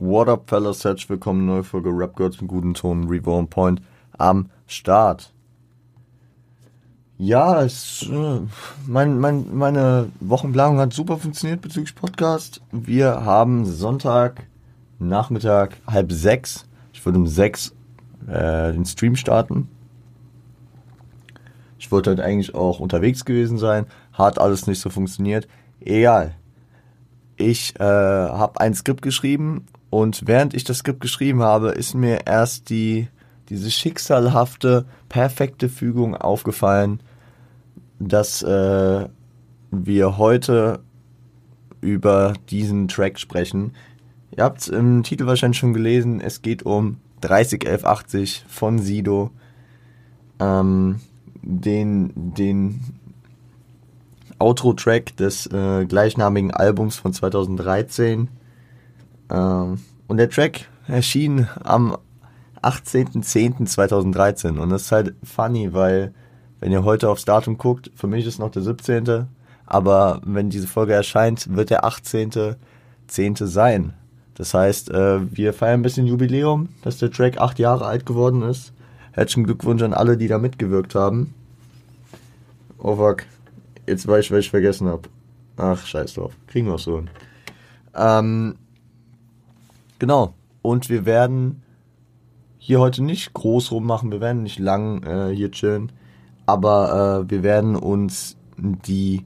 What up, fellas? Herzlich willkommen, neue Folge Rap Girls mit guten Ton, Revo on Point am Start. Ja, meine Wochenplanung hat super funktioniert bezüglich Podcast. Wir haben Sonntag, Nachmittag, 5:30. Ich würde um 6 den Stream starten. Ich wollte halt eigentlich auch unterwegs gewesen sein. Hat alles nicht so funktioniert. Egal. Ich habe ein Skript geschrieben und während ich das Skript geschrieben habe, ist mir erst diese schicksalhafte, perfekte Fügung aufgefallen, dass wir heute über diesen Track sprechen. Ihr habt es im Titel wahrscheinlich schon gelesen, es geht um 301180 von Sido, den Outro-Track des gleichnamigen Albums von 2013. Und der Track erschien am 18.10.2013 und das ist halt funny, weil wenn ihr heute aufs Datum guckt, für mich ist noch der 17., aber wenn diese Folge erscheint, wird der 18.10. sein. Das heißt, wir feiern ein bisschen Jubiläum, dass der Track 8 Jahre alt geworden ist. Herzlichen Glückwunsch an alle, die da mitgewirkt haben. Oh fuck, jetzt weiß ich, was ich vergessen habe. Ach, scheiß drauf, kriegen wir auch so hin. Genau, und wir werden hier heute nicht groß rummachen, wir werden nicht lang hier chillen, aber wir werden uns die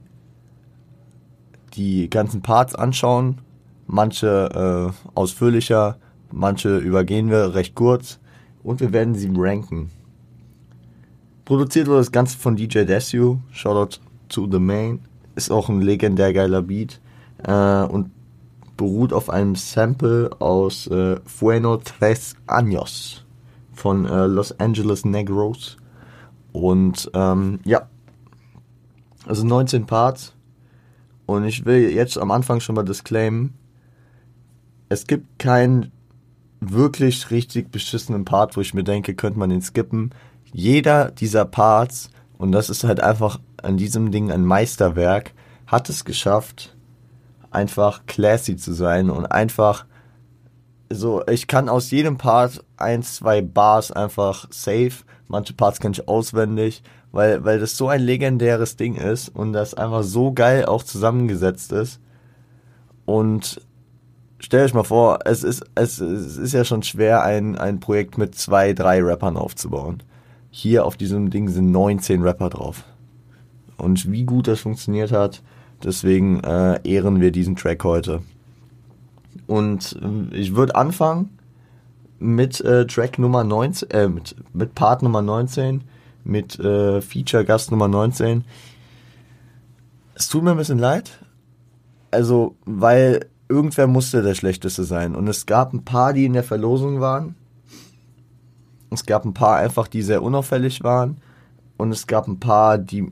ganzen Parts anschauen, manche ausführlicher, manche übergehen wir recht kurz und wir werden sie ranken. Produziert wurde das Ganze von DJ Desu, Shoutout to the Main, ist auch ein legendär geiler Beat und beruht auf einem Sample aus Fueno Tres Años von Los Angeles Negros. Und ja, also 19 Parts. Und ich will jetzt am Anfang schon mal disclaimen, es gibt keinen wirklich richtig beschissenen Part, wo ich mir denke, könnte man den skippen. Jeder dieser Parts, und das ist halt einfach an diesem Ding ein Meisterwerk, hat es geschafft, einfach classy zu sein und einfach so, ich kann aus jedem Part 1, 2 Bars einfach safe, manche Parts kann ich auswendig, weil das so ein legendäres Ding ist und das einfach so geil auch zusammengesetzt ist. Und stellt euch mal vor, es ist ja schon schwer, ein Projekt mit 2, 3 Rappern aufzubauen. Hier auf diesem Ding sind 19 Rapper drauf. Und wie gut das funktioniert hat, deswegen ehren wir diesen Track heute. Und ich würde anfangen mit Track Nummer 19, mit Part Nummer 19, mit Feature Gast Nummer 19. Es tut mir ein bisschen leid, also weil irgendwer musste der Schlechteste sein. Und es gab ein paar, die in der Verlosung waren. Es gab ein paar einfach, die sehr unauffällig waren. Und es gab ein paar, die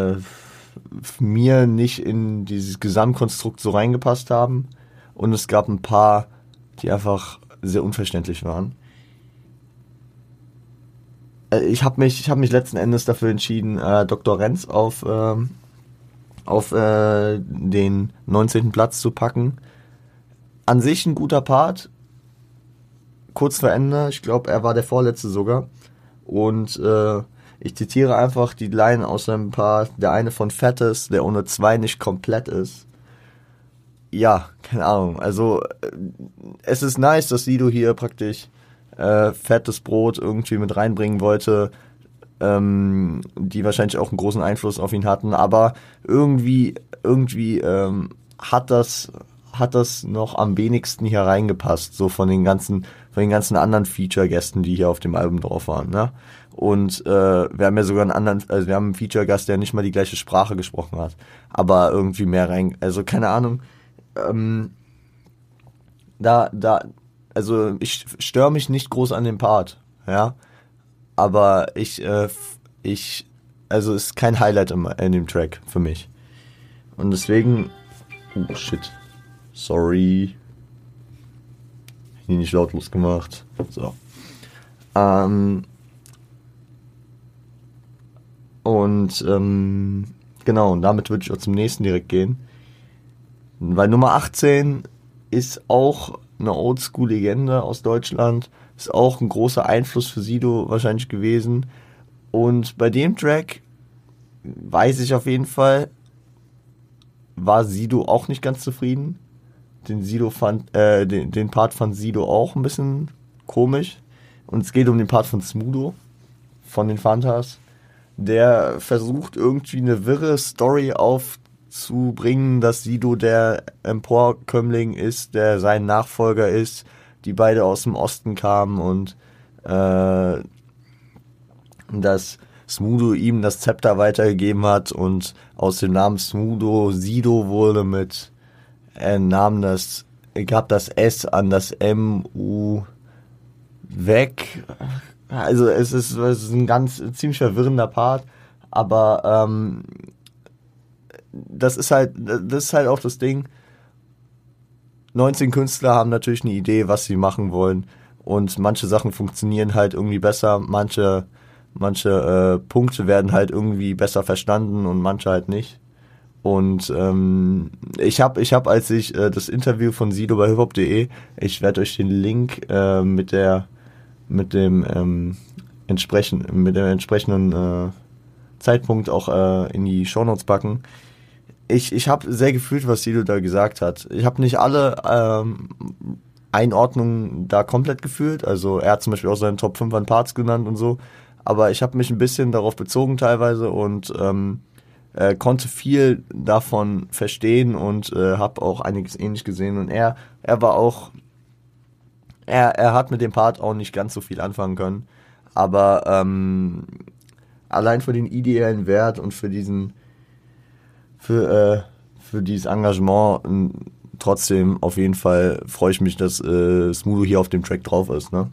mir nicht in dieses Gesamtkonstrukt so reingepasst haben. Und es gab ein paar, die einfach sehr unverständlich waren. Ich hab mich letzten Endes dafür entschieden, Dr. Renz auf den 19. Platz zu packen. An sich ein guter Part. Kurz vor Ende, ich glaube, er war der Vorletzte sogar. Und ich zitiere einfach die Line aus seinem Part, der eine von Fettes, der ohne 2 nicht komplett ist. Ja, keine Ahnung, also es ist nice, dass Sido hier praktisch fettes Brot irgendwie mit reinbringen wollte, die wahrscheinlich auch einen großen Einfluss auf ihn hatten, aber irgendwie hat das noch am wenigsten hier reingepasst, so von den ganzen anderen Feature-Gästen, die hier auf dem Album drauf waren, ne? Und wir haben ja sogar wir haben einen Feature-Gast, der nicht mal die gleiche Sprache gesprochen hat, aber irgendwie mehr also keine Ahnung, also ich störe mich nicht groß an dem Part, ja, aber also ist kein Highlight in dem Track für mich. Und deswegen, oh shit, sorry, nicht lautlos gemacht, so, und genau, und damit würde ich auch zum nächsten direkt gehen. Weil Nummer 18 ist auch eine Oldschool-Legende aus Deutschland. Ist auch ein großer Einfluss für Sido wahrscheinlich gewesen. Und bei dem Track weiß ich auf jeden Fall, war Sido auch nicht ganz zufrieden. Den Part fand Sido auch ein bisschen komisch. Und es geht um den Part von Smudo, von den Fantas. Der versucht irgendwie eine wirre Story aufzubringen, dass Sido der Emporkömmling ist, der sein Nachfolger ist, die beide aus dem Osten kamen und dass Smudo ihm das Zepter weitergegeben hat und aus dem Namen Smudo Sido wurde gab das S an das M-U weg. Also es ist ein ziemlich verwirrender Part, aber das ist halt auch das Ding. 19 Künstler haben natürlich eine Idee, was sie machen wollen, und manche Sachen funktionieren halt irgendwie besser, manche Punkte werden halt irgendwie besser verstanden und manche halt nicht. Und ich hab als ich das Interview von Sido bei hiphop.de, ich werde euch den Link mit dem entsprechenden Zeitpunkt auch in die Shownotes packen. Ich habe sehr gefühlt, was Sido da gesagt hat. Ich habe nicht alle Einordnungen da komplett gefühlt. Also er hat zum Beispiel auch seinen Top 5 an Parts genannt und so. Aber ich habe mich ein bisschen darauf bezogen teilweise und konnte viel davon verstehen und habe auch einiges ähnlich gesehen. Und er war auch, er hat mit dem Part auch nicht ganz so viel anfangen können. Aber allein für den ideellen Wert und für dieses Engagement trotzdem auf jeden Fall freue ich mich, dass Smudo hier auf dem Track drauf ist, ne?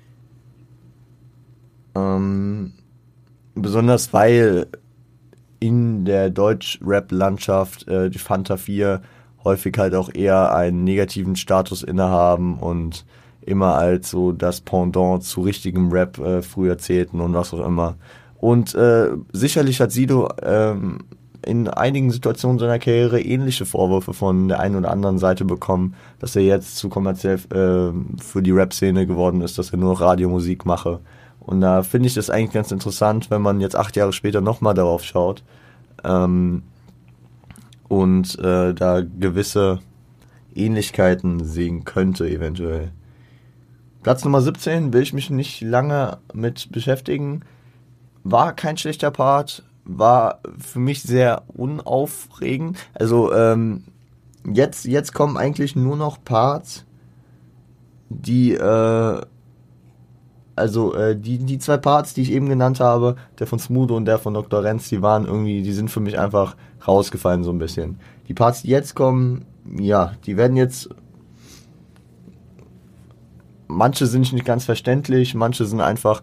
Besonders weil in der Deutsch-Rap-Landschaft die Fanta 4 häufig halt auch eher einen negativen Status innehaben und immer als so das Pendant zu richtigem Rap früher zählten und was auch immer. Und sicherlich hat Sido in einigen Situationen seiner Karriere ähnliche Vorwürfe von der einen oder anderen Seite bekommen, dass er jetzt zu kommerziell für die Rap-Szene geworden ist, dass er nur Radiomusik mache. Und da finde ich das eigentlich ganz interessant, wenn man jetzt 8 Jahre später nochmal darauf schaut und da gewisse Ähnlichkeiten sehen könnte eventuell. Platz Nummer 17 will ich mich nicht lange mit beschäftigen. War kein schlechter Part, war für mich sehr unaufregend. Also jetzt kommen eigentlich nur noch Parts, die die 2 Parts, die ich eben genannt habe, der von Smudo und der von Dr. Renz, die sind für mich einfach rausgefallen so ein bisschen. Die Parts, die jetzt kommen, ja, die werden jetzt, manche sind nicht ganz verständlich, manche sind einfach,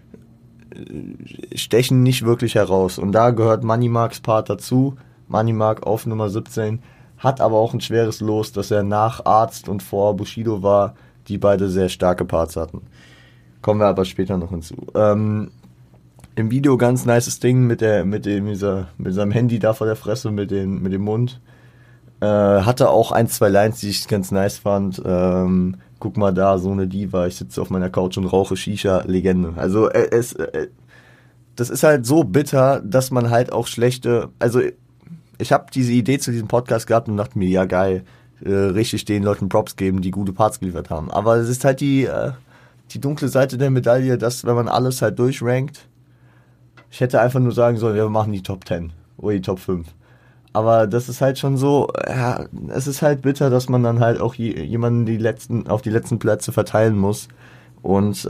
stechen nicht wirklich heraus. Und da gehört Money Marks Part dazu. Money Mark auf Nummer 17, hat aber auch ein schweres Los, dass er nach Arzt und vor Bushido war, die beide sehr starke Parts hatten. Kommen wir aber später noch hinzu. Im Video ganz nices Ding mit seinem Handy da vor der Fresse, mit dem Mund. Hatte auch 1, 2 Lines, die ich ganz nice fand. Guck mal da, so eine Diva, ich sitze auf meiner Couch und rauche Shisha, Legende. Also das ist halt so bitter, dass man halt auch also ich habe diese Idee zu diesem Podcast gehabt und dachte mir, ja geil, richtig den Leuten Props geben, die gute Parts geliefert haben. Aber es ist halt die dunkle Seite der Medaille, dass, wenn man alles halt durchrankt, ich hätte einfach nur sagen sollen, wir machen die Top 10 oder die Top 5. Aber das ist halt schon so, ja, es ist halt bitter, dass man dann halt auch jemanden auf die letzten Plätze verteilen muss. Und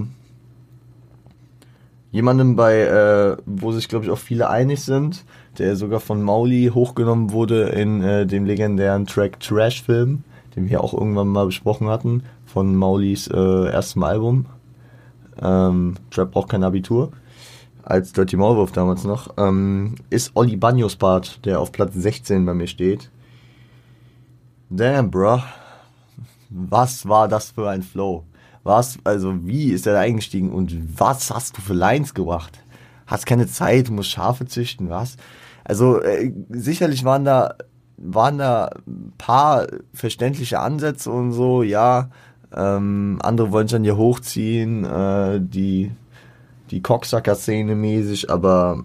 jemandem wo sich, glaube ich, auch viele einig sind, der sogar von Mauli hochgenommen wurde in dem legendären Track Trash Film, den wir auch irgendwann mal besprochen hatten, von Maulis erstem Album. Trap braucht kein Abitur. Als Dirty Maulwurf damals noch, ist Oli Banyos Part, der auf Platz 16 bei mir steht. Damn, bro. Was war das für ein Flow? Wie ist er da eingestiegen und was hast du für Lines gebracht? Hast keine Zeit, musst Schafe züchten, was? Also, sicherlich waren da waren da ein paar verständliche Ansätze und so, ja. Andere wollen sich dann hier hochziehen, die Cocksucker-Szene mäßig, aber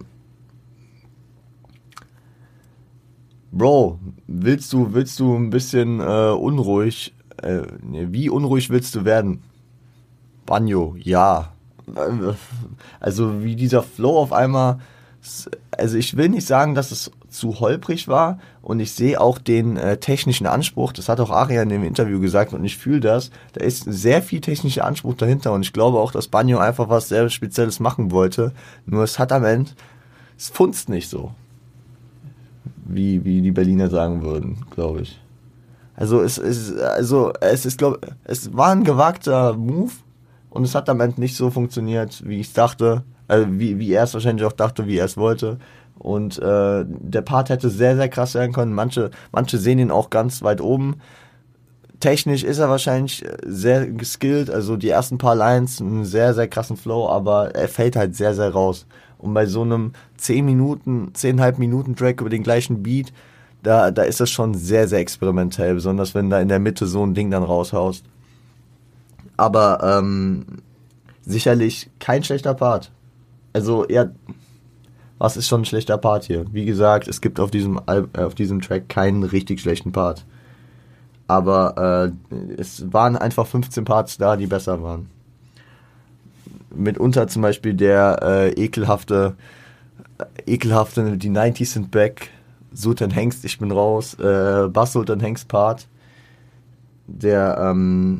Bro, willst du ein bisschen unruhig, wie unruhig willst du werden? Banjo, ja. Also wie dieser Flow auf einmal, also ich will nicht sagen, dass es zu holprig war und ich sehe auch den technischen Anspruch, das hat auch Aria in dem Interview gesagt und ich fühle das, da ist sehr viel technischer Anspruch dahinter und ich glaube auch, dass Banjo einfach was sehr Spezielles machen wollte, nur es hat am Ende, es funzt nicht so, wie die Berliner sagen würden, glaube ich. Also es ist, glaube es war ein gewagter Move und es hat am Ende nicht so funktioniert, wie ich es dachte, wie er es wahrscheinlich auch dachte, wie er es wollte. Und der Part hätte sehr, sehr krass werden können. Manche sehen ihn auch ganz weit oben. Technisch ist er wahrscheinlich sehr geskillt, also die ersten paar Lines, einen sehr, sehr krassen Flow, aber er fällt halt sehr, sehr raus. Und bei so einem 10,5 Minuten Track über den gleichen Beat, da ist das schon sehr, sehr experimentell, besonders wenn da in der Mitte so ein Ding dann raushaust. Aber sicherlich kein schlechter Part. Also ja, was ist schon ein schlechter Part hier? Wie gesagt, es gibt auf diesem Track keinen richtig schlechten Part. Aber es waren einfach 15 Parts da, die besser waren. Mitunter zum Beispiel der ekelhafte, die 90s sind back, Sultan Hengst, ich bin raus, Bass Sultan Hengst Part, der,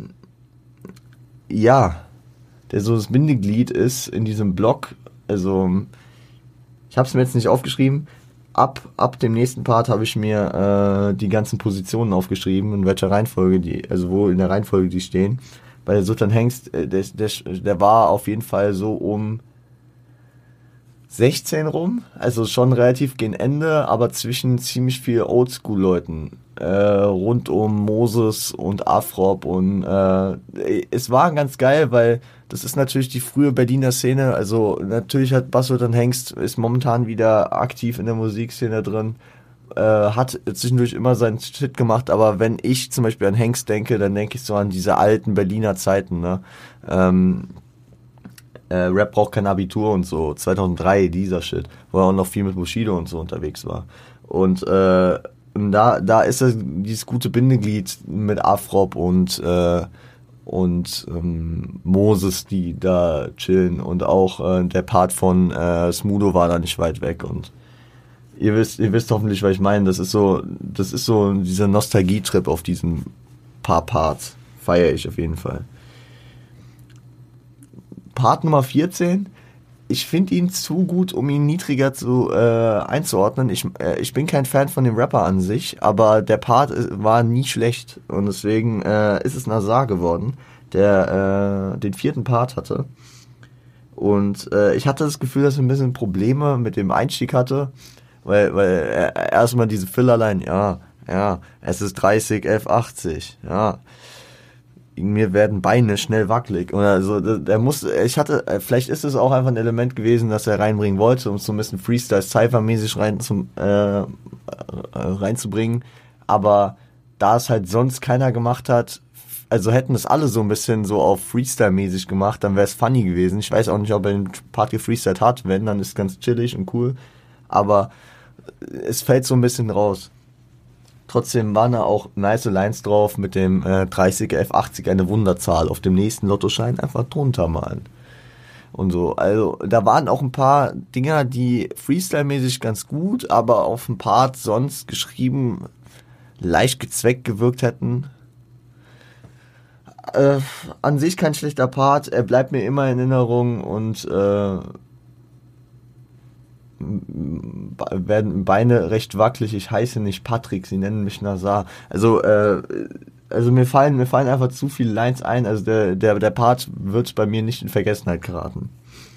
der so das Bindeglied ist in diesem Block, also, ich habe es mir jetzt nicht aufgeschrieben, ab dem nächsten Part habe ich mir die ganzen Positionen aufgeschrieben, in welcher Reihenfolge wo in der Reihenfolge die stehen. Bei Sultan Hengst, der war auf jeden Fall so um 16 rum, also schon relativ gegen Ende, aber zwischen ziemlich viel Oldschool-Leuten, rund um Moses und Afrop und es war ganz geil, weil das ist natürlich die frühe Berliner Szene, also natürlich hat Bass Sultan Hengst ist momentan wieder aktiv in der Musikszene drin, hat zwischendurch immer seinen Shit gemacht, aber wenn ich zum Beispiel an Hengst denke, dann denke ich so an diese alten Berliner Zeiten, ne? Rap braucht kein Abitur und so, 2003, dieser Shit, wo er auch noch viel mit Bushido und so unterwegs war. Und da ist er dieses gute Bindeglied mit Afrop und Moses, die da chillen und auch der Part von Smudo war da nicht weit weg und ihr wisst hoffentlich, was ich meine. Das ist so dieser Nostalgie-Trip auf diesen paar Parts. Feiere ich auf jeden Fall. Part Nummer 14. Ich finde ihn zu gut, um ihn niedriger einzuordnen. Ich bin kein Fan von dem Rapper an sich, aber der Part war nie schlecht und deswegen ist es Nazar geworden, der den 4. Part hatte. Und ich hatte das Gefühl, dass er ein bisschen Probleme mit dem Einstieg hatte, weil er erstmal diese Fillerline, ja, es ist 30, 11, 80, ja. Mir werden Beine schnell wackelig oder so. Vielleicht ist es auch einfach ein Element gewesen, das er reinbringen wollte, um es so ein bisschen Freestyle-Cypher-mäßig reinzubringen. Aber da es halt sonst keiner gemacht hat, also hätten es alle so ein bisschen so auf Freestyle-mäßig gemacht, dann wäre es funny gewesen. Ich weiß auch nicht, ob er den Part gefreestylt hat. Wenn, dann ist es ganz chillig und cool. Aber es fällt so ein bisschen raus. Trotzdem waren da auch nice Lines drauf mit dem 30 F80 eine Wunderzahl. Auf dem nächsten Lottoschein einfach drunter malen. Und so. Also da waren auch ein paar Dinger, die Freestyle-mäßig ganz gut, aber auf dem Part sonst geschrieben leicht gezweckt gewirkt hätten. An sich kein schlechter Part. Er bleibt mir immer in Erinnerung und werden Beine recht wackelig. Ich heiße nicht Patrick, sie nennen mich Nazar. Also mir fallen einfach zu viele Lines ein. Also der Part wird bei mir nicht in Vergessenheit geraten.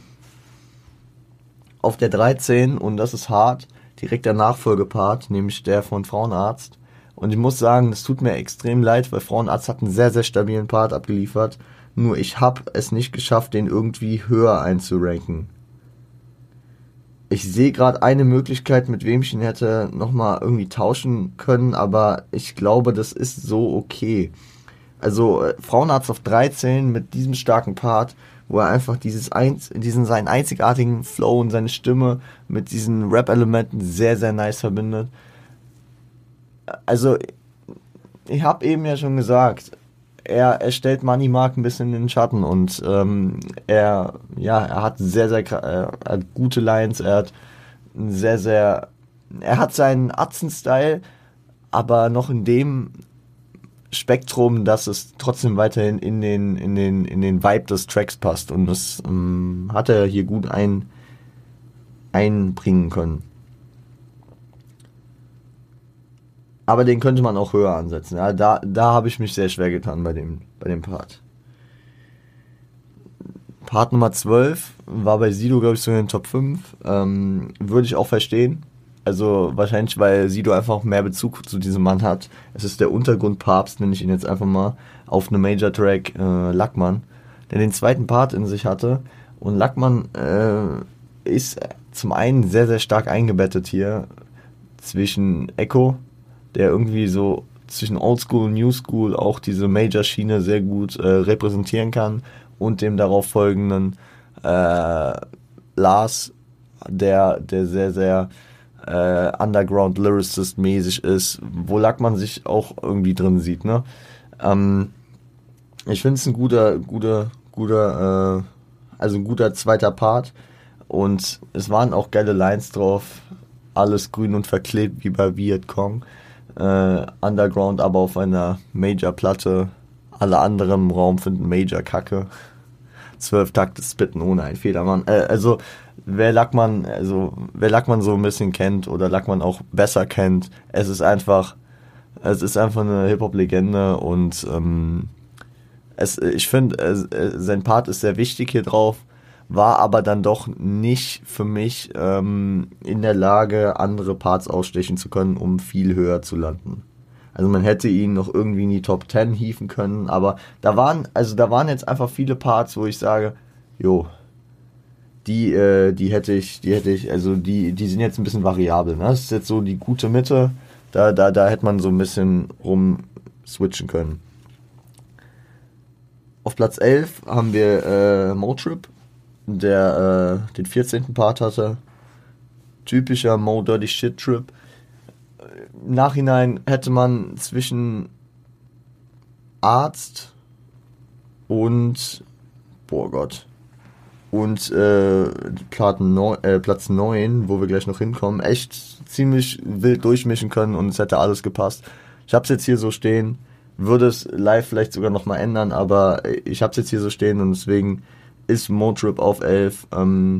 Auf der 13, und das ist hart, direkt der Nachfolgepart, nämlich der von Frauenarzt. Und ich muss sagen, das tut mir extrem leid, weil Frauenarzt hat einen sehr, sehr stabilen Part abgeliefert. Nur ich habe es nicht geschafft, den irgendwie höher einzuranken. Ich sehe gerade eine Möglichkeit, mit wem ich ihn hätte nochmal irgendwie tauschen können, aber ich glaube, das ist so okay. Also Frauenarzt auf 13 mit diesem starken Part, wo er einfach diesen seinen einzigartigen Flow und seine Stimme mit diesen Rap-Elementen sehr, sehr nice verbindet. Also, ich habe eben ja schon gesagt, er stellt Money Mark ein bisschen in den Schatten und er hat er hat gute Lines, er hat seinen Atzen-Style, aber noch in dem Spektrum, dass es trotzdem weiterhin in den Vibe des Tracks passt und das hat er hier gut einbringen können. Aber den könnte man auch höher ansetzen. Ja, da habe ich mich sehr schwer getan bei dem Part. Part Nummer 12 war bei Sido, glaube ich, so in den Top 5. Würde ich auch verstehen. Also wahrscheinlich, weil Sido einfach mehr Bezug zu diesem Mann hat. Es ist der Untergrundpapst, nenne ich ihn jetzt einfach mal, auf einem Major-Track Lackmann, der den zweiten Part in sich hatte. Und Lackmann ist zum einen sehr, sehr stark eingebettet hier zwischen Echo, der irgendwie so zwischen Oldschool und Newschool auch diese Major-Schiene sehr gut repräsentieren kann, und dem darauf folgenden Lars, der sehr, sehr Underground-Lyricist-mäßig ist, wo Lackmann sich auch irgendwie drin sieht, ne? Ich finde es ein ein guter zweiter Part, und es waren auch geile Lines drauf, alles grün und verklebt wie bei Vietcong, Underground, aber auf einer Major-Platte, alle anderen im Raum finden Major Kacke, 12 Takte spitten ohne einen Federmann, also wer Lackmann so ein bisschen kennt oder Lackmann auch besser kennt, es ist einfach eine Hip-Hop-Legende, und ich finde, sein Part ist sehr wichtig hier drauf, war aber dann doch nicht für mich in der Lage, andere Parts ausstechen zu können, um viel höher zu landen. Also man hätte ihn noch irgendwie in die Top 10 hieven können, aber da waren jetzt einfach viele Parts, wo ich sage, jo, die sind jetzt ein bisschen variabel, ne? Das ist jetzt so die gute Mitte, da hätte man so ein bisschen rum switchen können. Auf Platz 11 haben wir Motrip, der den 14. Part hatte. Typischer Mo Dirty Shit Trip. Im Nachhinein hätte man zwischen Arzt und Platz 9, wo wir gleich noch hinkommen, echt ziemlich wild durchmischen können, und es hätte alles gepasst. Ich habe es jetzt hier so stehen, würde es live vielleicht sogar nochmal ändern, aber ich habe es jetzt hier so stehen, und deswegen ist Motrip auf 11.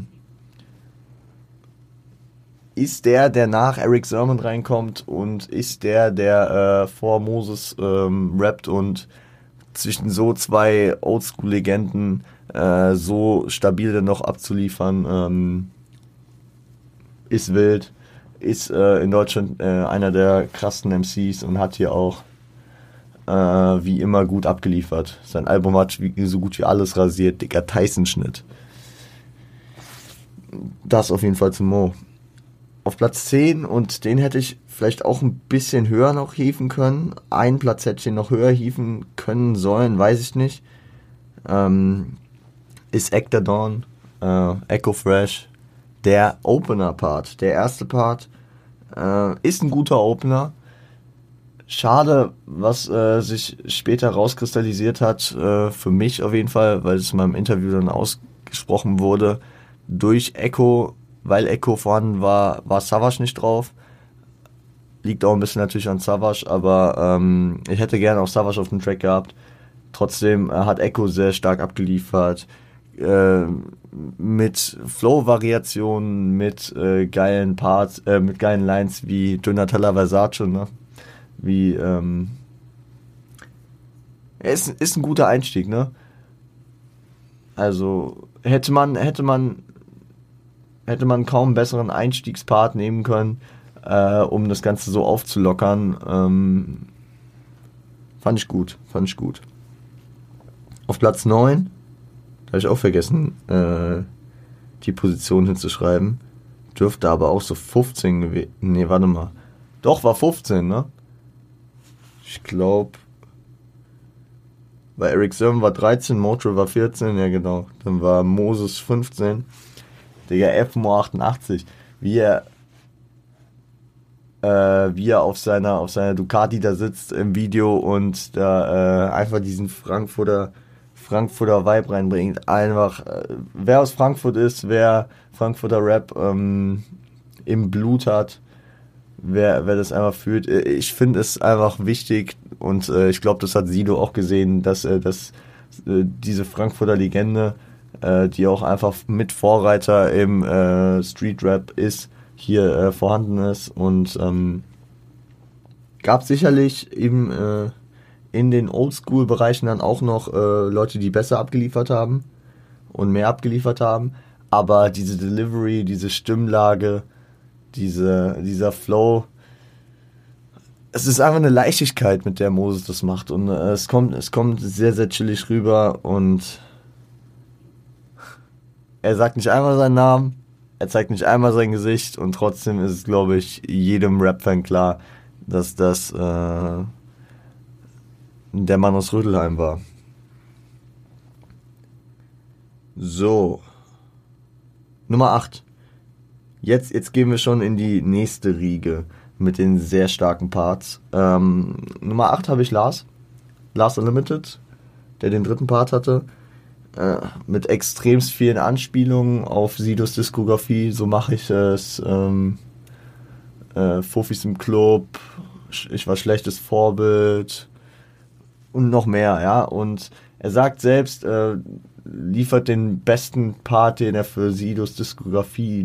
Ist der nach Eric Sermon reinkommt, und ist der vor Moses rappt, und zwischen so zwei Oldschool-Legenden so stabil dann noch abzuliefern, ist wild, ist in Deutschland einer der krassen MCs und hat hier auch wie immer gut abgeliefert. Sein Album hat so gut wie alles rasiert, dicker Tyson-Schnitt. Das auf jeden Fall zum Mo. Auf Platz 10, und den hätte ich vielleicht auch ein bisschen höher noch hieven können. Einen Platz hätte ich den noch höher hieven können sollen, weiß ich nicht. Ist Ekta Dawn, Echo Fresh, der Opener-Part. Der erste Part ist ein guter Opener. Schade, was sich später rauskristallisiert hat, für mich auf jeden Fall, weil es in meinem Interview dann ausgesprochen wurde, durch Echo, weil Echo vorhanden war Savage nicht drauf. Liegt auch ein bisschen natürlich an Savage, aber ich hätte gerne auch Savage auf dem Track gehabt. Trotzdem hat Echo sehr stark abgeliefert, mit Flow-Variationen, mit geilen Parts, mit geilen Lines wie Donatella Versace, ne? Wie, ist ein guter Einstieg, ne? Also, hätte man kaum einen besseren Einstiegspart nehmen können, um das Ganze so aufzulockern. Fand ich gut. Auf Platz 9, da habe ich auch vergessen, die Position hinzuschreiben. Dürfte aber auch so 15 gewesen. Nee, warte mal. Doch, war 15, ne? Ich glaube. Weil Eric Sermon war 13, Motrill war 14, ja genau. Dann war Moses 15. Digga, FMO 88. Wie er auf seiner Ducati da sitzt im Video und da einfach diesen Frankfurter Vibe reinbringt. Einfach, wer aus Frankfurt ist, wer Frankfurter Rap im Blut hat, wer das einfach fühlt. Ich finde es einfach wichtig und ich glaube, das hat Sido auch gesehen, dass diese Frankfurter Legende, die auch einfach mit Vorreiter im Street Rap ist, hier vorhanden ist und gab sicherlich eben in den Oldschool-Bereichen dann auch noch Leute, die besser abgeliefert haben und mehr abgeliefert haben, aber diese Delivery, diese Stimmlage, dieser Flow, es ist einfach eine Leichtigkeit, mit der Moses das macht und es kommt sehr, sehr chillig rüber und er sagt nicht einmal seinen Namen, er zeigt nicht einmal sein Gesicht und trotzdem ist es, glaube ich, jedem Rap-Fan klar, dass das der Mann aus Rödelheim war. So. Nummer 8. Jetzt gehen wir schon in die nächste Riege mit den sehr starken Parts. Nummer 8 habe ich Lars Unlimited, der den dritten Part hatte. Mit extremst vielen Anspielungen auf Sidos Diskografie. So mache ich es. Fofis im Club, ich war schlechtes Vorbild und noch mehr, ja. Und er sagt selbst, liefert den besten Part, den er für Sidos Diskografie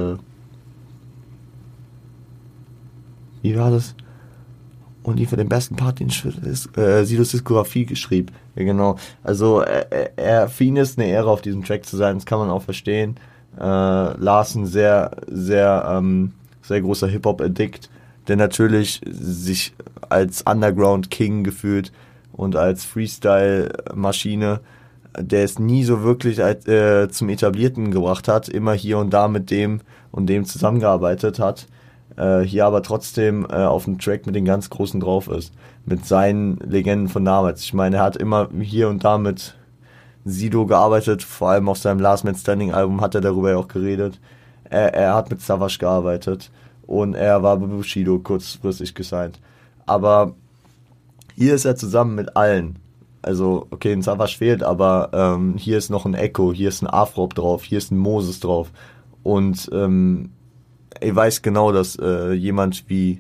wie war das? Und liefert den besten Part, den ich für Sidos Diskografie geschrieben. Ja, genau. Also für ihn ist eine Ehre, auf diesem Track zu sein, das kann man auch verstehen. Larsen sehr, sehr, sehr großer Hip-Hop-Addict, der natürlich sich als Underground-King gefühlt und als Freestyle-Maschine, der es nie so wirklich zum Etablierten gebracht hat, immer hier und da mit dem und dem zusammengearbeitet hat, hier aber trotzdem auf dem Track mit den ganz Großen drauf ist, mit seinen Legenden von damals. Ich meine, er hat immer hier und da mit Sido gearbeitet, vor allem auf seinem Last Man Standing Album hat er darüber ja auch geredet. Er hat mit Savage gearbeitet und er war bei Bushido kurzfristig gesigned. Aber hier ist er zusammen mit allen. Also, okay, ein Savage fehlt, aber hier ist noch ein Echo, hier ist ein Afrop drauf, hier ist ein Moses drauf. Und ich weiß genau, dass jemand wie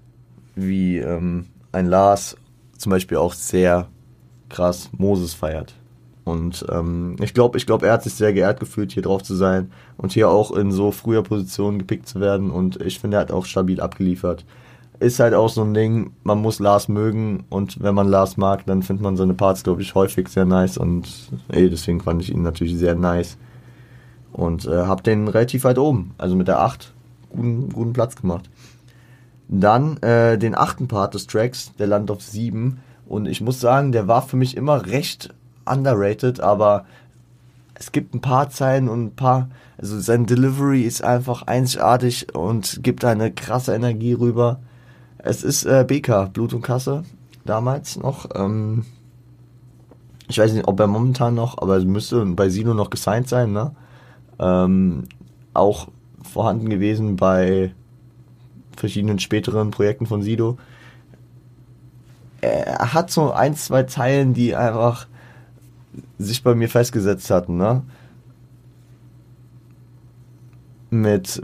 ein Lars zum Beispiel auch sehr krass Moses feiert. Und ich glaube, er hat sich sehr geehrt gefühlt, hier drauf zu sein und hier auch in so früher Position gepickt zu werden. Und ich finde, er hat auch stabil abgeliefert. Ist halt auch so ein Ding, man muss Lars mögen und wenn man Lars mag, dann findet man seine Parts, glaube ich, häufig sehr nice und deswegen fand ich ihn natürlich sehr nice. Und hab den relativ weit oben, also mit der 8 guten Platz gemacht. Dann den 8. Part des Tracks, der landet auf 7 und ich muss sagen, der war für mich immer recht underrated, aber es gibt ein paar Zeilen und also sein Delivery ist einfach einzigartig und gibt eine krasse Energie rüber. Es ist BK, Blut und Kasse, damals noch. Ich weiß nicht, ob er momentan noch, aber es müsste bei Sido noch gesigned sein, ne? Auch vorhanden gewesen bei verschiedenen späteren Projekten von Sido. Er hat so 1, 2 Zeilen, die einfach sich bei mir festgesetzt hatten, ne? Mit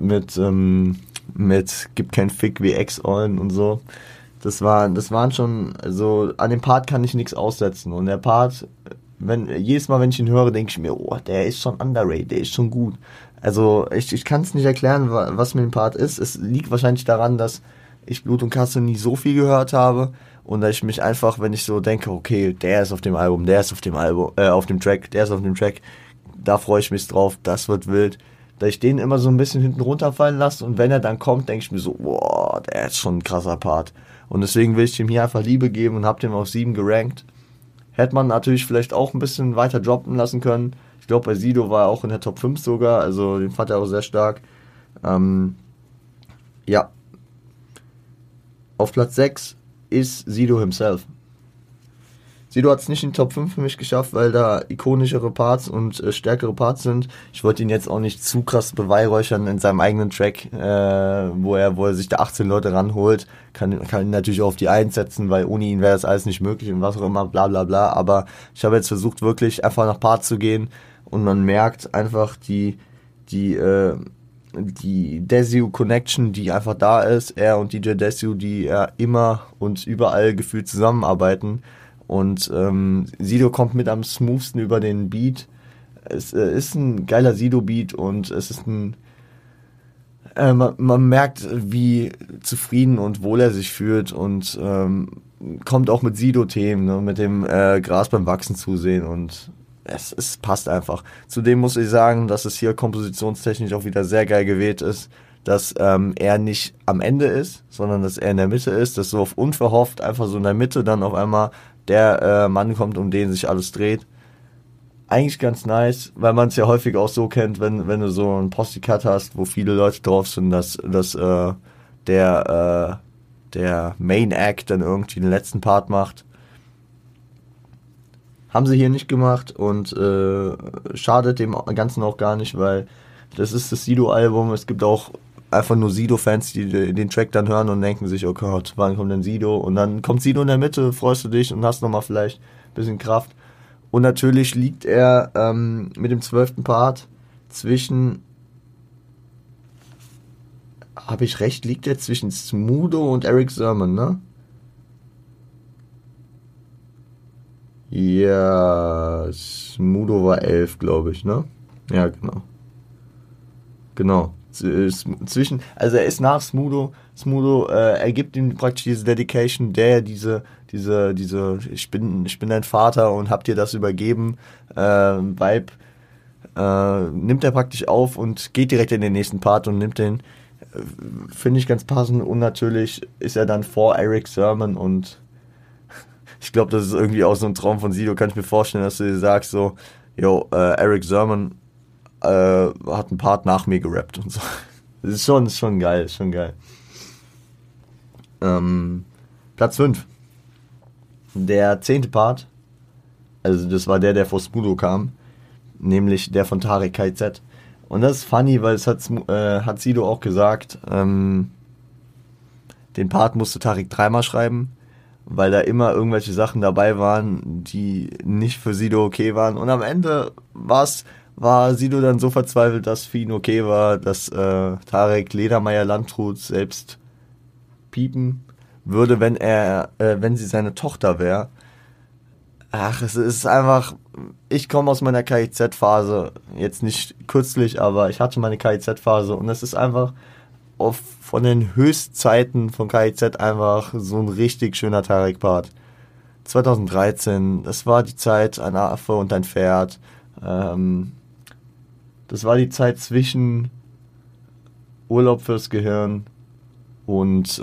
Gib kein Fick wie Ex-Ollen und so. Das waren schon, also an dem Part kann ich nichts aussetzen. Und der Part, jedes Mal, wenn ich ihn höre, denke ich mir, oh, der ist schon underrated, der ist schon gut. Also ich kann es nicht erklären, was mit dem Part ist. Es liegt wahrscheinlich daran, dass ich Blut und Kasse nie so viel gehört habe und dass ich mich einfach, wenn ich so denke, okay, der ist auf dem Album, der ist auf dem Track, der ist auf dem Track, da freue ich mich drauf, das wird wild, dass ich den immer so ein bisschen hinten runterfallen lasse und wenn er dann kommt, denke ich mir so, boah, der ist schon ein krasser Part. Und deswegen will ich ihm hier einfach Liebe geben und habe den auf 7 gerankt. Hätte man natürlich vielleicht auch ein bisschen weiter droppen lassen können. Ich glaube, bei Sido war er auch in der Top 5 sogar, also den fand er auch sehr stark. Ja, auf Platz 6 ist Sido himself. Sido hat es nicht in die Top 5 für mich geschafft, weil da ikonischere Parts und stärkere Parts sind. Ich wollte ihn jetzt auch nicht zu krass beweihräuchern in seinem eigenen Track, wo er sich da 18 Leute ranholt. Kann ihn natürlich auch auf die 1 setzen, weil ohne ihn wäre das alles nicht möglich und was auch immer, bla bla bla. Aber ich habe jetzt versucht, wirklich einfach nach Parts zu gehen und man merkt einfach die Desio Connection, die einfach da ist. Er und DJ Desio, die ja immer und überall gefühlt zusammenarbeiten. Und Sido kommt mit am smoothsten über den Beat. Es ist ein geiler Sido-Beat und es ist man merkt, wie zufrieden und wohl er sich fühlt und kommt auch mit Sido-Themen, ne, mit dem Gras beim Wachsen zusehen und es passt einfach. Zudem muss ich sagen, dass es hier kompositionstechnisch auch wieder sehr geil gewählt ist, dass er nicht am Ende ist, sondern dass er in der Mitte ist, dass so auf unverhofft einfach so in der Mitte dann auf einmal der Mann kommt, um den sich alles dreht. Eigentlich ganz nice, weil man es ja häufig auch so kennt, wenn du so einen Posse-Cut hast, wo viele Leute drauf sind, dass der Main Act dann irgendwie den letzten Part macht. Haben sie hier nicht gemacht und schadet dem Ganzen auch gar nicht, weil das ist das Sido-Album. Es gibt auch einfach nur Sido-Fans, die den Track dann hören und denken sich, oh Gott, wann kommt denn Sido? Und dann kommt Sido in der Mitte, freust du dich und hast nochmal vielleicht ein bisschen Kraft. Und natürlich liegt er mit dem 12. Part zwischen, habe ich recht, liegt er zwischen Smudo und Eric Sermon, ne? Ja, Smudo war 11, glaube ich, ne? Ja, genau. Genau. Also er ist nach Smudo. Smudo ergibt ihm praktisch diese Dedication, diese, ich bin dein Vater und hab dir das übergeben, Vibe, nimmt er praktisch auf und geht direkt in den nächsten Part und nimmt den, finde ich ganz passend und natürlich ist er dann vor Eric Sermon und ich glaube, das ist irgendwie auch so ein Traum von Sido, kann ich mir vorstellen, dass du dir sagst so, yo, Eric Sermon hat einen Part nach mir gerappt und so. Das ist schon geil, ist schon geil. Platz 5. Der 10. Part, also das war der vor Smudo kam, nämlich der von Tarek KZ. Und das ist funny, weil es hat Sido auch gesagt, den Part musste Tarek 3-mal schreiben, weil da immer irgendwelche Sachen dabei waren, die nicht für Sido okay waren. Und am Ende war Sido dann so verzweifelt, dass für ihn okay war, dass Tarek Ledermeier Landrut selbst piepen würde, wenn sie seine Tochter wäre. Ach, es ist einfach, ich komme aus meiner KIZ-Phase, jetzt nicht kürzlich, aber ich hatte meine KIZ-Phase und es ist einfach von den Höchstzeiten von KIZ einfach so ein richtig schöner Tarek-Part. 2013, das war die Zeit, ein Affe und ein Pferd. Das war die Zeit zwischen Urlaub fürs Gehirn und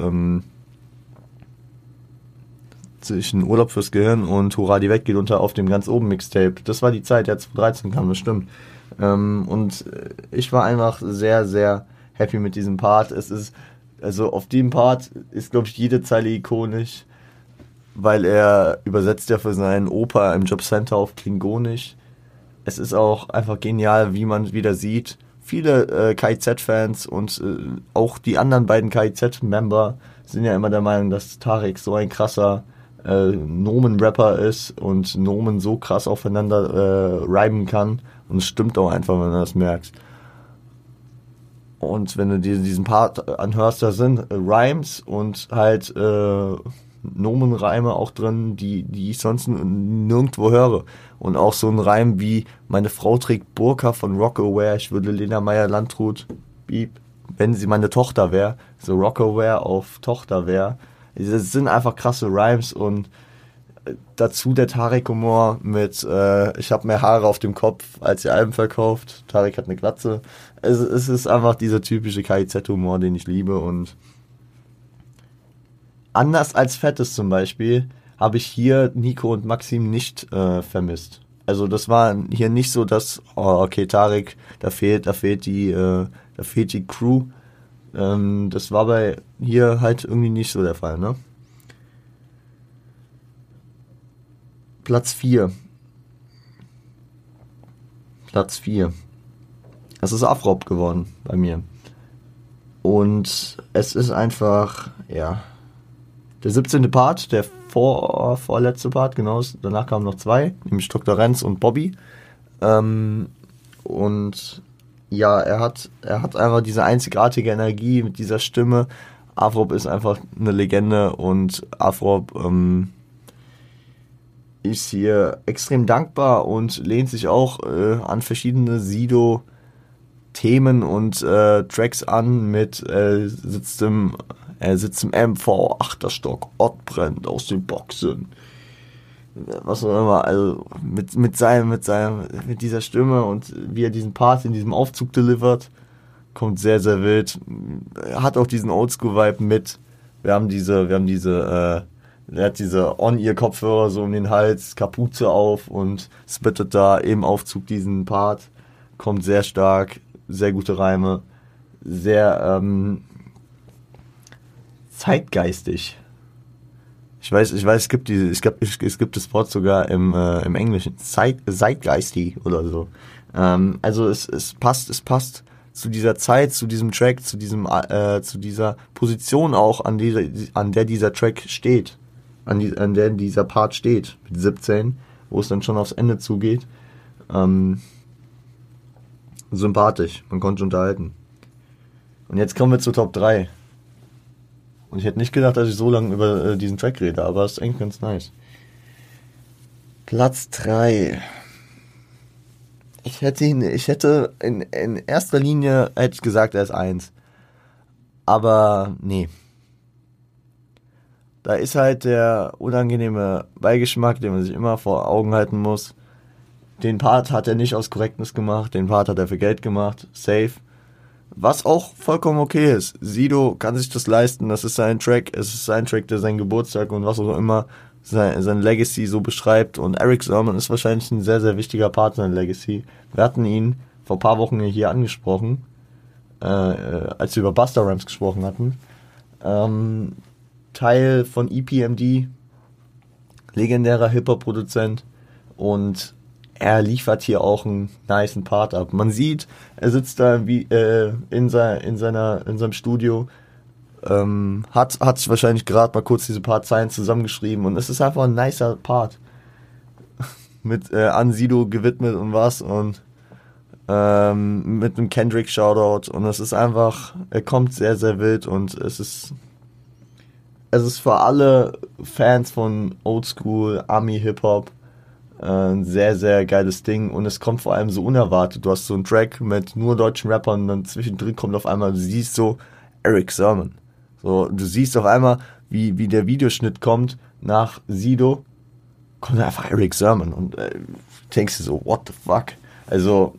Hurra, die Welt geht unter auf dem ganz oben Mixtape. Das war die Zeit, der 2013 kam, das stimmt. Und ich war einfach sehr, sehr happy mit diesem Part. Also auf dem Part ist, glaube ich, jede Zeile ikonisch, weil er übersetzt ja für seinen Opa im Jobcenter auf Klingonisch. Es ist auch einfach genial, wie man wieder sieht. Viele KIZ-Fans und auch die anderen beiden KIZ-Member sind ja immer der Meinung, dass Tarek so ein krasser Nomen-Rapper ist und Nomen so krass aufeinander reimen kann. Und es stimmt auch einfach, wenn du das merkst. Und wenn du dir diesen Part anhörst, da sind Rhymes und halt Nomenreime auch drin, die ich sonst nirgendwo höre. Und auch so ein Reim wie meine Frau trägt Burka von Rockaware, ich würde Lena Meyer Landrut, wenn sie meine Tochter wäre, so Rockaware auf Tochter wäre. Das sind einfach krasse Rhymes und dazu der Tarek-Humor mit ich habe mehr Haare auf dem Kopf, als ihr Alben verkauft. Tarek hat eine Glatze. Es ist einfach dieser typische KIZ-Humor, den ich liebe und anders als Fettes zum Beispiel habe ich hier Nico und Maxim nicht vermisst. Also das war hier nicht so, dass, oh, okay, Tarek, da fehlt die Crew. Das war bei hier halt irgendwie nicht so der Fall, ne? Platz 4. Es ist Afrop geworden bei mir. Und es ist einfach, ja, der 17. Part, der vorletzte Part, genau, danach kamen noch 2, nämlich Dr. Renz und Bobby. Und ja, er hat einfach diese einzigartige Energie mit dieser Stimme. Afrop ist einfach eine Legende und Afrop ist hier extrem dankbar und lehnt sich auch an verschiedene Sido-Themen und Tracks an mit er sitzt im MV, 8. Stock, Ott brennt aus den Boxen. Was auch immer, also mit dieser Stimme und wie er diesen Part in diesem Aufzug delivert, kommt sehr, sehr wild. Er hat auch diesen Oldschool-Vibe mit. Er hat diese On-Ear-Kopfhörer so um den Hals, Kapuze auf und spittet da im Aufzug diesen Part. Kommt sehr stark, sehr gute Reime, sehr zeitgeistig. Ich weiß, es gibt das Wort sogar im Englischen, zeitgeistig oder so. Also es passt zu dieser Zeit, zu diesem Track, zu dieser Position auch, an der dieser Track steht, an der dieser Part steht, mit 17, wo es dann schon aufs Ende zugeht. Sympathisch, man konnte unterhalten. Und jetzt kommen wir zur Top 3. Und ich hätte nicht gedacht, dass ich so lange über diesen Track rede, aber es ist eigentlich ganz nice. Platz 3. Ich hätte in erster Linie hätte ich gesagt, er ist 1. Aber nee. Da ist halt der unangenehme Beigeschmack, den man sich immer vor Augen halten muss. Den Part hat er nicht aus Korrektness gemacht, den Part hat er für Geld gemacht, safe. Was auch vollkommen okay ist. Sido kann sich das leisten, das ist sein Track, es ist sein Track, der seinen Geburtstag und was auch immer sein Legacy so beschreibt. Und Eric Sermon ist wahrscheinlich ein sehr, sehr wichtiger Part seiner Legacy. Wir hatten ihn vor ein paar Wochen hier angesprochen, als wir über Busta Rhymes gesprochen hatten. Teil von EPMD, legendärer Hip-Hop-Produzent, und er liefert hier auch einen nicen Part ab. Man sieht, er sitzt da wie in seinem Studio, hat sich wahrscheinlich gerade mal kurz diese paar Zeilen zusammengeschrieben und es ist einfach ein nicer Part. Mit an Sido gewidmet und was und mit einem Kendrick Shoutout und es ist einfach, er kommt sehr, sehr wild und es ist für alle Fans von Oldschool, Ami Hip-Hop ein sehr, sehr geiles Ding und es kommt vor allem so unerwartet. Du hast so einen Track mit nur deutschen Rappern und dann zwischendrin kommt auf einmal, du siehst so Eric Sermon. So, du siehst auf einmal, wie der Videoschnitt kommt nach Sido, kommt einfach Eric Sermon und denkst dir so, what the fuck? Also,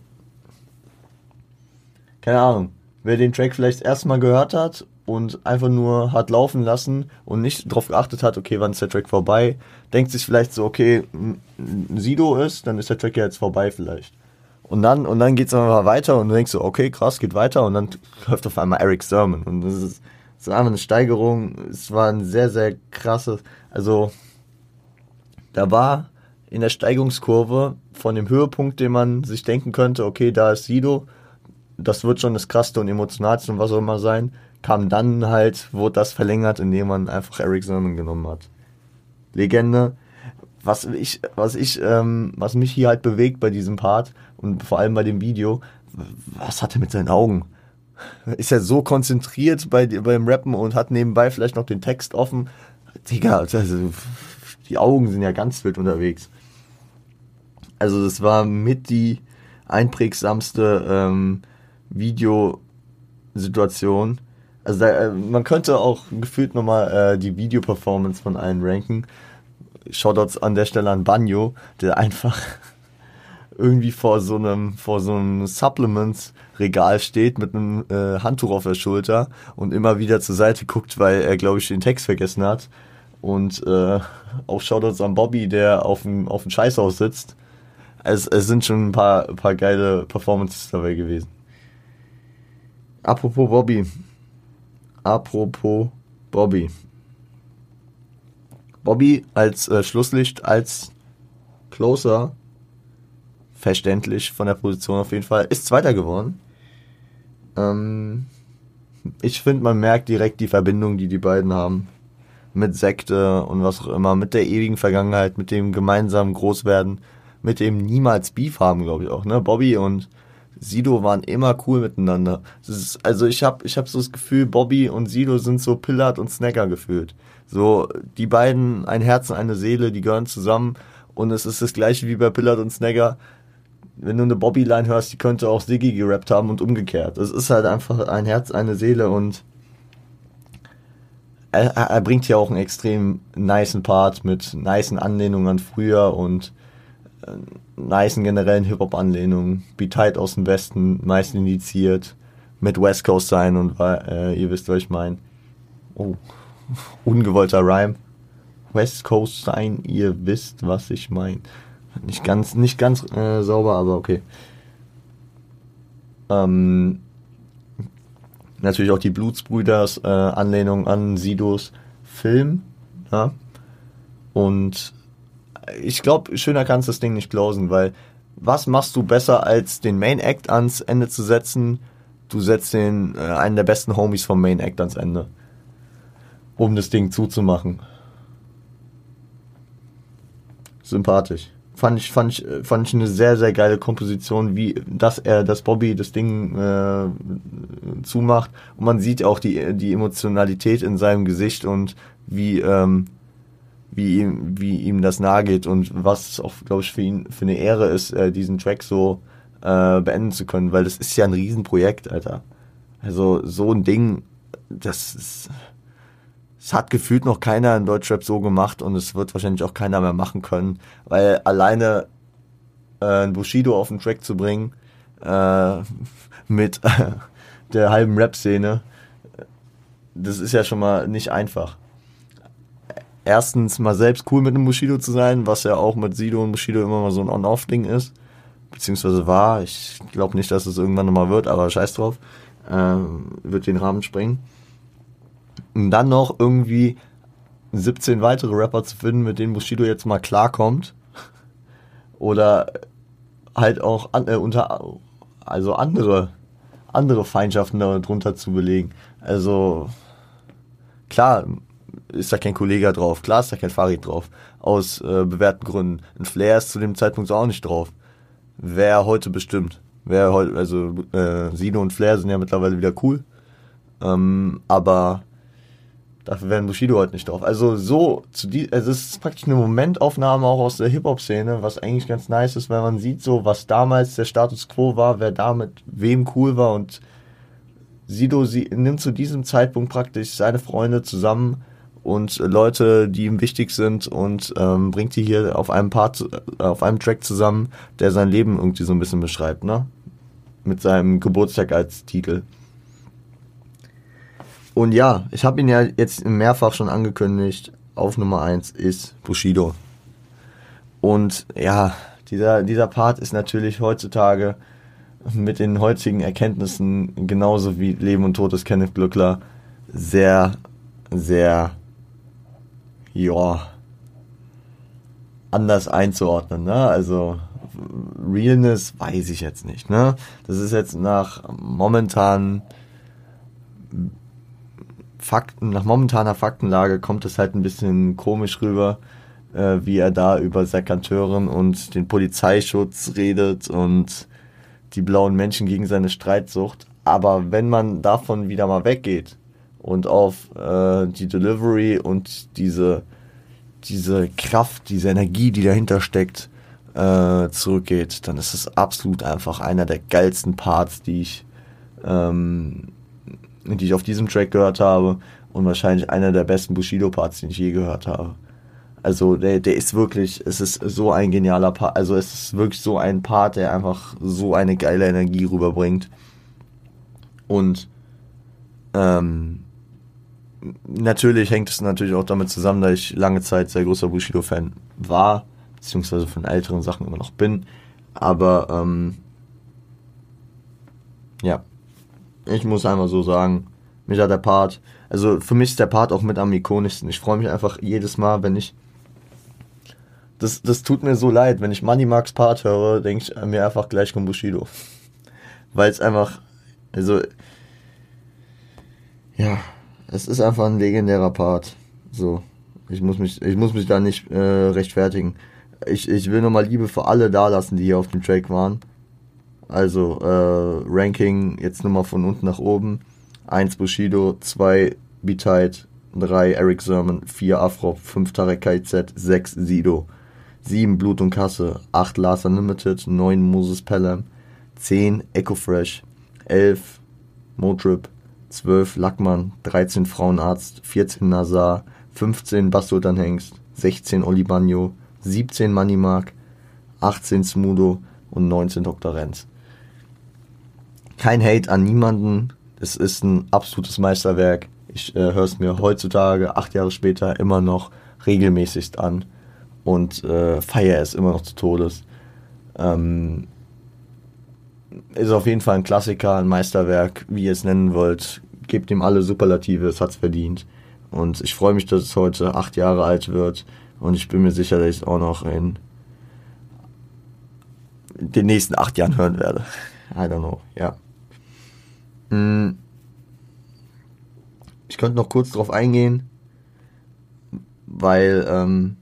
keine Ahnung, wer den Track vielleicht erstmal gehört hat und einfach nur hat laufen lassen und nicht drauf geachtet hat, okay, wann ist der Track vorbei, denkt sich vielleicht so, okay, Sido ist, dann ist der Track ja jetzt vorbei vielleicht. Und dann geht's einfach weiter und du denkst so, okay, krass, geht weiter und dann läuft auf einmal Eric Sermon und das ist einfach eine Steigerung. Es war ein sehr, sehr krasses, also da war in der Steigungskurve von dem Höhepunkt, den man sich denken könnte, okay, da ist Sido, das wird schon das Krasseste und emotionalste und was auch immer sein, kam dann halt, wurde das verlängert, indem man einfach Eric Sermon genommen hat. Legende. Was mich hier halt bewegt bei diesem Part und vor allem bei dem Video, was hat er mit seinen Augen? Ist er so konzentriert beim Rappen und hat nebenbei vielleicht noch den Text offen? Digga, also, die Augen sind ja ganz wild unterwegs. Also das war mit die einprägsamste Videosituation. Also man könnte auch gefühlt nochmal die Video-Performance von allen ranken. Shoutouts an der Stelle an Banjo, der einfach irgendwie vor so einem Supplements-Regal steht mit einem Handtuch auf der Schulter und immer wieder zur Seite guckt, weil er, glaube ich, den Text vergessen hat. Und auch Shoutouts an Bobby, der auf dem Scheißhaus sitzt. Es sind schon ein paar geile Performances dabei gewesen. Apropos Bobby. Bobby als Schlusslicht, als Closer, verständlich von der Position auf jeden Fall, ist Zweiter geworden. Ich finde, man merkt direkt die Verbindung, die beiden haben. Mit Sekte und was auch immer, mit der ewigen Vergangenheit, mit dem gemeinsamen Großwerden, mit dem niemals Beef haben, glaube ich auch. Ne? Bobby und Sido waren immer cool miteinander. Also ich hab so das Gefühl, Bobby und Sido sind so Pillard und Snagger gefühlt. So, die beiden, ein Herz und eine Seele, die gehören zusammen und es ist das gleiche wie bei Pillard und Snagger. Wenn du eine Bobby-Line hörst, die könnte auch Siggi gerappt haben und umgekehrt. Es ist halt einfach ein Herz, eine Seele und er bringt hier auch einen extrem nicen Part mit nicen Anlehnungen an früher und nicen generellen Hip-Hop-Anlehnungen. Be Tight aus dem Westen, meist indiziert, mit West Coast sein und ihr wisst, was ich meine. Oh, ungewollter Rhyme. West Coast sein, ihr wisst, was ich meine. Nicht ganz sauber, aber okay. Natürlich auch die Blutsbrüders Anlehnung an Sidos Film. Ja? Und ich glaube, schöner kannst du das Ding nicht closen, weil was machst du besser als den Main Act ans Ende zu setzen? Du setzt einen der besten Homies vom Main Act ans Ende, um das Ding zuzumachen. Sympathisch. Fand ich eine sehr, sehr geile Komposition, dass Bobby das Ding zumacht. Und man sieht auch die Emotionalität in seinem Gesicht und wie ihm das nahe geht und was auch, glaube ich, für ihn für eine Ehre ist, diesen Track so beenden zu können, weil das ist ja ein Riesenprojekt, Alter. Also so ein Ding, das hat gefühlt noch keiner in Deutschrap so gemacht und es wird wahrscheinlich auch keiner mehr machen können, weil alleine ein Bushido auf den Track zu bringen mit der halben Rap-Szene, das ist ja schon mal nicht einfach. Erstens mal selbst cool mit einem Bushido zu sein, was ja auch mit Sido und Bushido immer mal so ein On-Off-Ding ist, beziehungsweise war. Ich glaube nicht, dass es irgendwann nochmal wird, aber scheiß drauf, wird den Rahmen sprengen. Und dann noch irgendwie 17 weitere Rapper zu finden, mit denen Bushido jetzt mal klarkommt. Oder halt auch andere Feindschaften darunter zu belegen. Also klar ist da kein Kollege drauf, klar ist da kein Farid drauf, aus bewährten Gründen. Ein Flair ist zu dem Zeitpunkt auch nicht drauf. Wer heute bestimmt. Sido und Flair sind ja mittlerweile wieder cool. Aber dafür wären Bushido heute nicht drauf. Also es ist praktisch eine Momentaufnahme auch aus der Hip-Hop-Szene, was eigentlich ganz nice ist, weil man sieht so, was damals der Status Quo war, wer da mit wem cool war und Sido nimmt zu diesem Zeitpunkt praktisch seine Freunde zusammen und Leute, die ihm wichtig sind und bringt die hier auf einem Track zusammen, der sein Leben irgendwie so ein bisschen beschreibt, ne? Mit seinem Geburtstag als Titel. Und ja, ich habe ihn ja jetzt mehrfach schon angekündigt, auf Nummer 1 ist Bushido. Und ja, dieser Part ist natürlich heutzutage mit den heutigen Erkenntnissen, genauso wie Leben und Tod des Kenneth Glückler, sehr, sehr, anders einzuordnen, ne? Also Realness weiß ich jetzt nicht, ne? Das ist jetzt nach momentaner Faktenlage kommt es halt ein bisschen komisch rüber, wie er da über Sekanteuren und den Polizeischutz redet und die blauen Menschen gegen seine Streitsucht. Aber wenn man davon wieder mal weggeht und auf die Delivery und diese Kraft, diese Energie, die dahinter steckt, zurückgeht, dann ist es absolut einfach einer der geilsten Parts, die ich auf diesem Track gehört habe und wahrscheinlich einer der besten Bushido-Parts, den ich je gehört habe. Also der ist wirklich, es ist so ein genialer Part, also es ist wirklich so ein Part, der einfach so eine geile Energie rüberbringt. Und natürlich hängt es natürlich auch damit zusammen, dass ich lange Zeit sehr großer Bushido-Fan war, beziehungsweise von älteren Sachen immer noch bin. Aber, ja, ich muss einfach so sagen, mich hat der Part, also für mich ist der Part auch mit am ikonischsten. Ich freue mich einfach jedes Mal, wenn ich, das tut mir so leid, wenn ich Money Marks Part höre, denke ich mir einfach gleich kommt Bushido. Weil es einfach, also, ja, es ist einfach ein legendärer Part. So, ich muss mich da nicht rechtfertigen. Ich will nochmal Liebe für alle da lassen, die hier auf dem Track waren. Also, Ranking jetzt nochmal von unten nach oben. 1 Bushido, 2 B-Tight, 3 Eric Sermon, 4 Afrop, 5 Tarek KZ, 6 Sido, 7 Blut und Kasse, 8 Lars Unlimited, 9 Moses Pelham, 10 Echo Fresh, 11 Motrip, 12 Lackmann, 13 Frauenarzt, 14 Nazar, 15 Basultan Hengst, 16 Oli Bagno, 17 Money Mark, 18 Smudo und 19 Dr. Renz. Kein Hate an niemanden, es ist ein absolutes Meisterwerk. Ich höre es mir heutzutage, 8 Jahre später, immer noch regelmäßigst an und feiere es immer noch zu Todes. Ist auf jeden Fall ein Klassiker, ein Meisterwerk, wie ihr es nennen wollt. Gebt ihm alle Superlative, es hat's verdient. Und ich freue mich, dass es heute 8 Jahre alt wird. Und ich bin mir sicher, dass ich es auch noch in den nächsten 8 Jahren hören werde. I don't know, ja. Ich könnte noch kurz drauf eingehen, weil,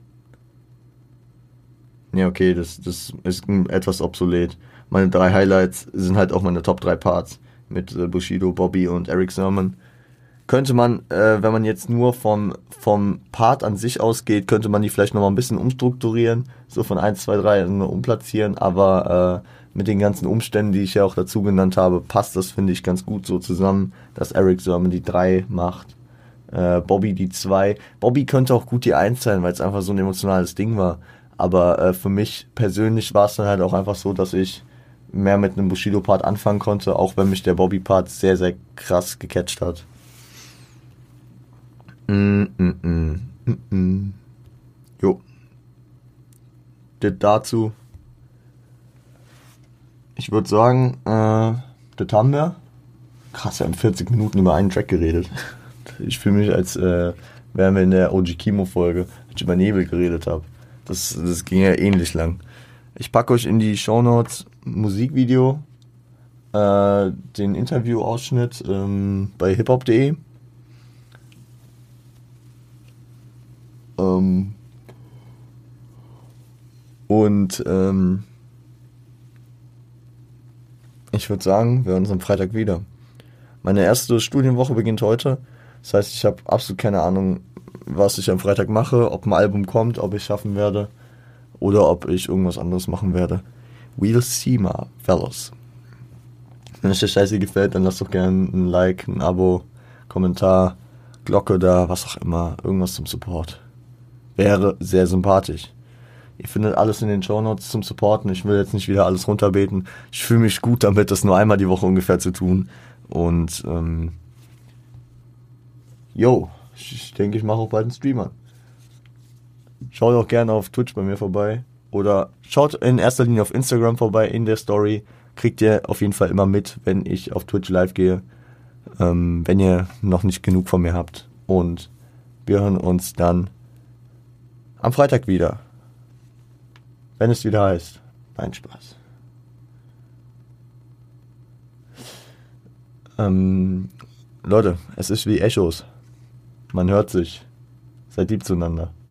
ja, okay, das ist etwas obsolet. Meine 3 Highlights sind halt auch meine Top 3 Parts mit Bushido, Bobby und Eric Sermon. Könnte man, wenn man jetzt nur vom Part an sich ausgeht, könnte man die vielleicht nochmal ein bisschen umstrukturieren, so von 1, 2, 3 umplatzieren, aber mit den ganzen Umständen, die ich ja auch dazu genannt habe, passt das, finde ich, ganz gut so zusammen, dass Eric Sermon die 3 macht, Bobby die 2. Bobby könnte auch gut die 1 sein, weil es einfach so ein emotionales Ding war, aber für mich persönlich war es dann halt auch einfach so, dass ich mehr mit einem Bushido-Part anfangen konnte, auch wenn mich der Bobby-Part sehr, sehr krass gecatcht hat. Jo. Das dazu. Ich würde sagen, das haben wir. Krass, wir haben 40 Minuten über einen Track geredet. Ich fühle mich, als wären wir in der OG Kimo-Folge, als ich über Nebel geredet habe. Das ging ja ähnlich lang. Ich packe euch in die Shownotes Musikvideo, den Interviewausschnitt bei hiphop.de. Und ich würde sagen, wir hören uns am Freitag wieder. Meine erste Studienwoche beginnt heute. Das heißt, ich habe absolut keine Ahnung, was ich am Freitag mache, ob ein Album kommt, ob ich schaffen werde oder ob ich irgendwas anderes machen werde. We'll see mal, fellas. Wenn euch der Scheiße gefällt, dann lasst doch gerne ein Like, ein Abo, Kommentar, Glocke da, was auch immer, irgendwas zum Support. Wäre sehr sympathisch. Ihr findet alles in den Shownotes zum Supporten. Ich will jetzt nicht wieder alles runterbeten. Ich fühle mich gut damit, das nur einmal die Woche ungefähr zu tun. Und ich denke, ich mache auch bald einen Stream an. Schaut auch gerne auf Twitch bei mir vorbei. Oder schaut in erster Linie auf Instagram vorbei, in der Story. Kriegt ihr auf jeden Fall immer mit, wenn ich auf Twitch live gehe. Wenn ihr noch nicht genug von mir habt. Und wir hören uns dann am Freitag wieder. Wenn es wieder heißt. Nein, Spaß. Leute, es ist wie Echos. Man hört sich. Seid lieb zueinander.